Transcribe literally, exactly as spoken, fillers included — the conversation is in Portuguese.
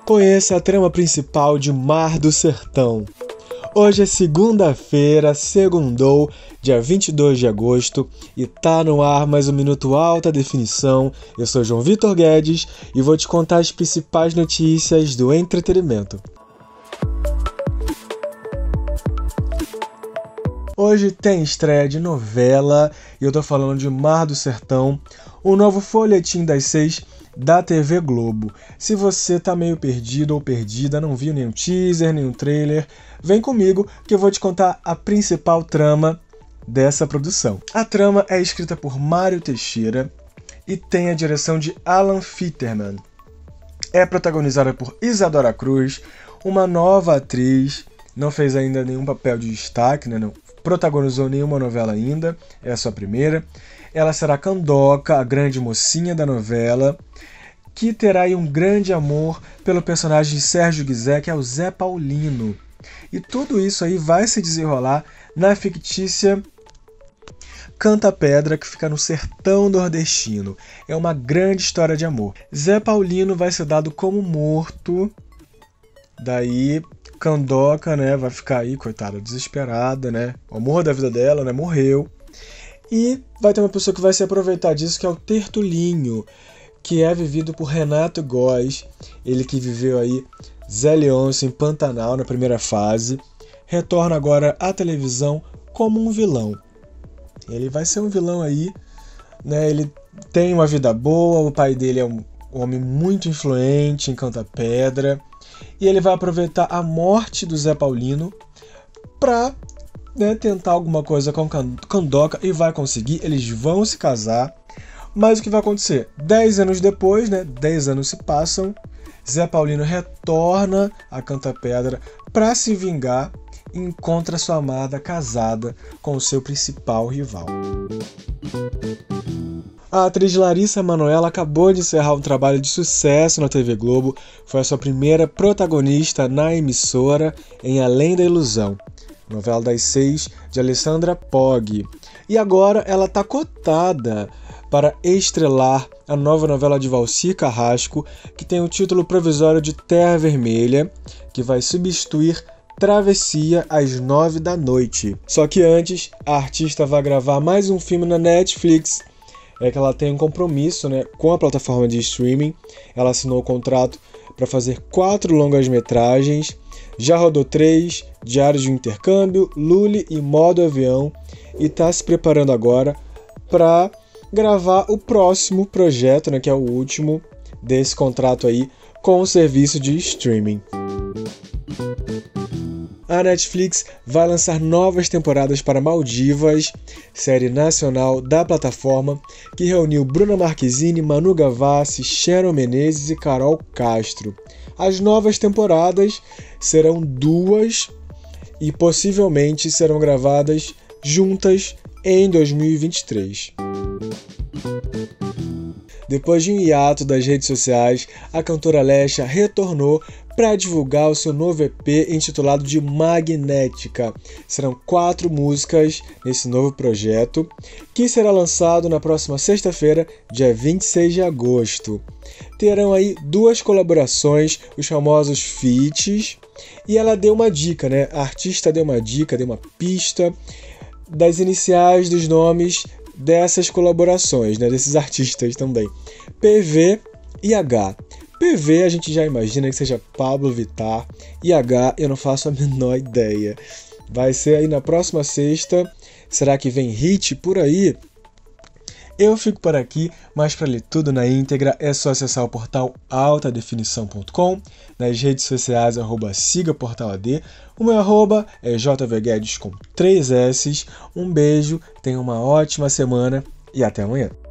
Conheça a trama principal de Mar do Sertão. Hoje é segunda-feira, segundou, dia vinte e dois de agosto, e tá no ar mais um Minuto Alta Definição. Eu sou João Vitor Guedes e vou te contar as principais notícias do entretenimento. Hoje tem estreia de novela e eu tô falando de Mar do Sertão, o novo folhetim das seis da T V Globo. Se você tá meio perdido ou perdida, não viu nenhum teaser, nenhum trailer, vem comigo que eu vou te contar a principal trama dessa produção. A trama é escrita por Mário Teixeira e tem a direção de Alan Fitterman. É protagonizada por Isadora Cruz, uma nova atriz, não fez ainda nenhum papel de destaque, né? Não protagonizou nenhuma novela ainda, é a sua primeira. Ela será Candoca, a grande mocinha da novela, que terá aí um grande amor pelo personagem de Sérgio Guizé, que é o Zé Paulino. E tudo isso aí vai se desenrolar na fictícia Canta Pedra, que fica no sertão nordestino. É uma grande história de amor. Zé Paulino vai ser dado como morto, daí Candoca, né, vai ficar aí, coitada, desesperada, né? O amor da vida dela, né, morreu. E vai ter uma pessoa que vai se aproveitar disso, que é o Tertulinho, que é vivido por Renato Góes, ele que viveu aí Zé Leôncio em Pantanal na primeira fase, retorna agora à televisão como um vilão. Ele vai ser um vilão aí, né? Ele tem uma vida boa, o pai dele é um homem muito influente em Canta Pedra, e ele vai aproveitar a morte do Zé Paulino para, né, tentar alguma coisa com Candoca, e vai conseguir. Eles vão se casar, mas o que vai acontecer? Dez anos depois, né, dez anos se passam, Zé Paulino retorna a Canta Pedra para se vingar e encontra sua amada casada com o seu principal rival. A atriz Larissa Manoela acabou de encerrar um trabalho de sucesso na T V Globo. Foi a sua primeira protagonista na emissora em Além da Ilusão, novela das seis de Alessandra Poggi. E agora ela está cotada para estrelar a nova novela de Valcir Carrasco, que tem o título provisório de Terra Vermelha, que vai substituir Travessia às nove da noite. Só que antes, a artista vai gravar mais um filme na Netflix. É que ela tem um compromisso, né, com a plataforma de streaming. Ela assinou o contrato para fazer quatro longas-metragens. Já rodou três, Diários de um Intercâmbio, Lully e Modo Avião, e está se preparando agora para gravar o próximo projeto, né, que é o último desse contrato aí com o serviço de streaming. A Netflix vai lançar novas temporadas para Maldivas, série nacional da plataforma que reuniu Bruna Marquezine, Manu Gavassi, Sharon Menezes e Carol Castro. As novas temporadas serão duas e possivelmente serão gravadas juntas em dois mil e vinte e três. Depois de um hiato das redes sociais, a cantora Lesha retornou para divulgar o seu novo E P intitulado de Magnética. Serão quatro músicas nesse novo projeto, que será lançado na próxima sexta-feira, dia vinte e seis de agosto. Terão aí duas colaborações, os famosos feats, e ela deu uma dica, né? A artista deu uma dica, deu uma pista das iniciais dos nomes dessas colaborações, né, desses artistas também. P V e H. P V a gente já imagina que seja Pablo Vittar, e H eu não faço a menor ideia. Vai ser aí na próxima sexta. Será que vem hit por aí? Eu fico por aqui, mas para ler tudo na íntegra é só acessar o portal alta definição ponto com, nas redes sociais arroba siga portal A D, o meu arroba é jvguedes com três S. Um beijo, tenha uma ótima semana e até amanhã.